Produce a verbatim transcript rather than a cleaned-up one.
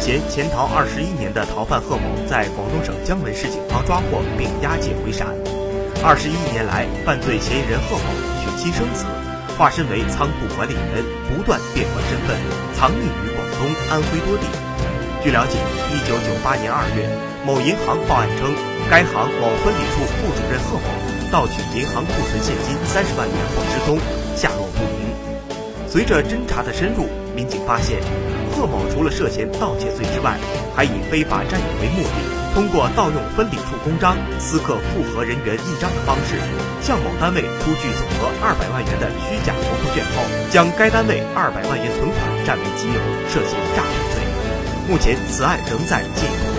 嫌潜逃二十一年的逃犯贺某在广东省江门市警方抓获并押解回陕。二十一年来，犯罪嫌疑人贺某娶妻生子，化身为仓库管理员，不断变换身份，藏匿于广东、安徽多地。据了解，一九九八年二月，某银行报案称，该行某分理处副主任贺某盗取银行库存现金三十万元后失踪，下落不明。随着侦查的深入，民警发现，贺某除了涉嫌盗窃罪之外，还以非法占有为目的，通过盗用分理处公章、私刻复核人员印章的方式，向某单位出具总额二百万元的虚假合同卷后，将该单位二百万元存款占为己有，涉嫌诈骗罪。目前，此案仍在进一步